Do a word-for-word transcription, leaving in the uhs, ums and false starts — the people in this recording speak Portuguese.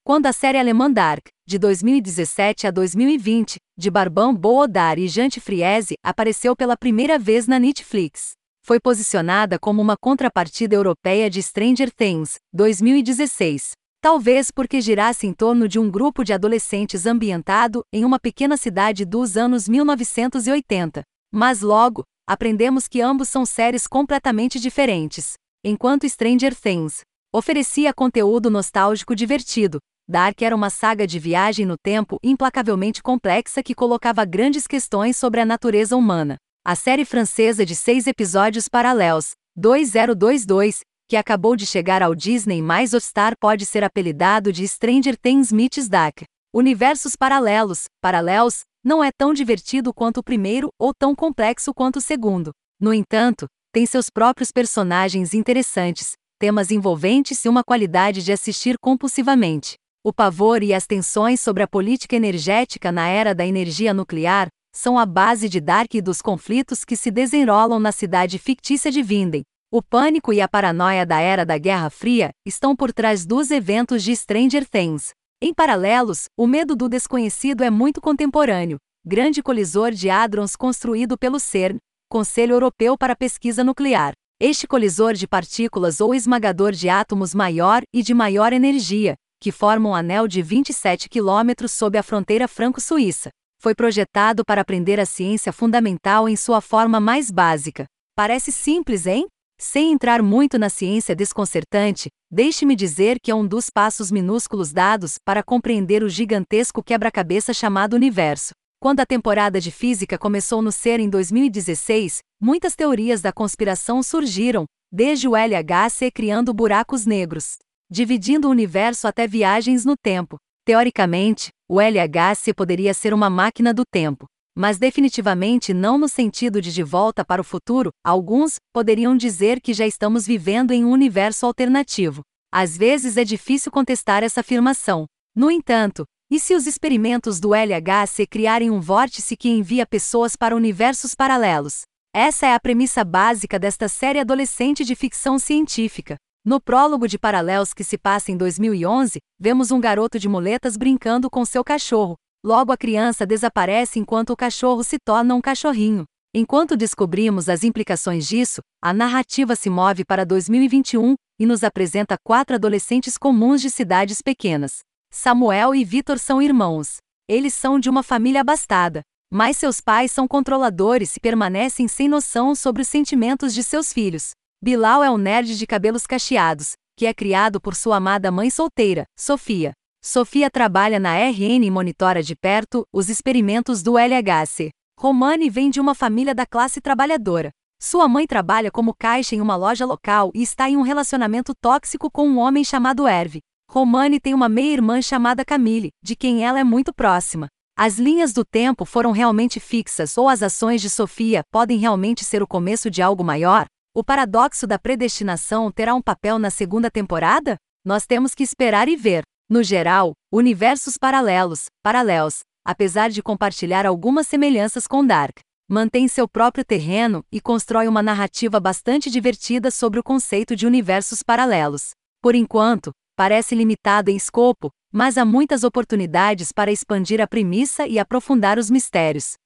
Quando a série alemã Dark, de dois mil e dezessete a dois mil e vinte, de Barbão Boodar e Jante Friese, apareceu pela primeira vez na Netflix. Foi posicionada como uma contrapartida europeia de Stranger Things, dois mil e dezesseis. Talvez porque girasse em torno de um grupo de adolescentes ambientado em uma pequena cidade dos anos mil novecentos e oitenta. Mas logo, aprendemos que ambos são séries completamente diferentes. Enquanto Stranger Things oferecia conteúdo nostálgico divertido, Dark era uma saga de viagem no tempo implacavelmente complexa que colocava grandes questões sobre a natureza humana. A série francesa de seis episódios paralelos, dois mil e vinte e dois, que acabou de chegar ao Disney mais Hotstar, pode ser apelidado de Stranger Things meets Dark. Universos paralelos, paralelos, não é tão divertido quanto o primeiro ou tão complexo quanto o segundo. No entanto, tem seus próprios personagens interessantes, temas envolventes e uma qualidade de assistir compulsivamente. O pavor e as tensões sobre a política energética na era da energia nuclear são a base de Dark e dos conflitos que se desenrolam na cidade fictícia de Vinden. O pânico e a paranoia da era da Guerra Fria estão por trás dos eventos de Stranger Things. Em paralelos, o medo do desconhecido é muito contemporâneo. Grande colisor de hadrons construído pelo CERN, Conselho Europeu para a Pesquisa Nuclear. Este colisor de partículas ou esmagador de átomos maior e de maior energia, que forma um anel de vinte e sete quilômetros sob a fronteira franco-suíça, foi projetado para aprender a ciência fundamental em sua forma mais básica. Parece simples, hein? Sem entrar muito na ciência desconcertante, deixe-me dizer que é um dos passos minúsculos dados para compreender o gigantesco quebra-cabeça chamado universo. Quando a temporada de física começou no CERN em dois mil e dezesseis, muitas teorias da conspiração surgiram, desde o L H C criando buracos negros, dividindo o universo até viagens no tempo. Teoricamente, o L H C poderia ser uma máquina do tempo, mas definitivamente não no sentido de de volta para o futuro. Alguns poderiam dizer que já estamos vivendo em um universo alternativo. Às vezes é difícil contestar essa afirmação. No entanto, e se os experimentos do L H C criarem um vórtice que envia pessoas para universos paralelos? Essa é a premissa básica desta série adolescente de ficção científica. No prólogo de Paralelos, que se passa em dois mil e onze, vemos um garoto de muletas brincando com seu cachorro. Logo a criança desaparece enquanto o cachorro se torna um cachorrinho. Enquanto descobrimos as implicações disso, a narrativa se move para dois mil e vinte e um e nos apresenta quatro adolescentes comuns de cidades pequenas. Samuel e Vitor são irmãos. Eles são de uma família abastada, mas seus pais são controladores e permanecem sem noção sobre os sentimentos de seus filhos. Bilal é um nerd de cabelos cacheados, que é criado por sua amada mãe solteira, Sofia. Sofia trabalha na R N e monitora de perto os experimentos do L H C. Romane vem de uma família da classe trabalhadora. Sua mãe trabalha como caixa em uma loja local e está em um relacionamento tóxico com um homem chamado Hervé. Romane tem uma meia-irmã chamada Camille, de quem ela é muito próxima. As linhas do tempo foram realmente fixas ou as ações de Sofia podem realmente ser o começo de algo maior? O paradoxo da predestinação terá um papel na segunda temporada? Nós temos que esperar e ver. No geral, universos paralelos, paralelos, apesar de compartilhar algumas semelhanças com Dark, mantém seu próprio terreno e constrói uma narrativa bastante divertida sobre o conceito de universos paralelos. Por enquanto, parece limitado em escopo, mas há muitas oportunidades para expandir a premissa e aprofundar os mistérios.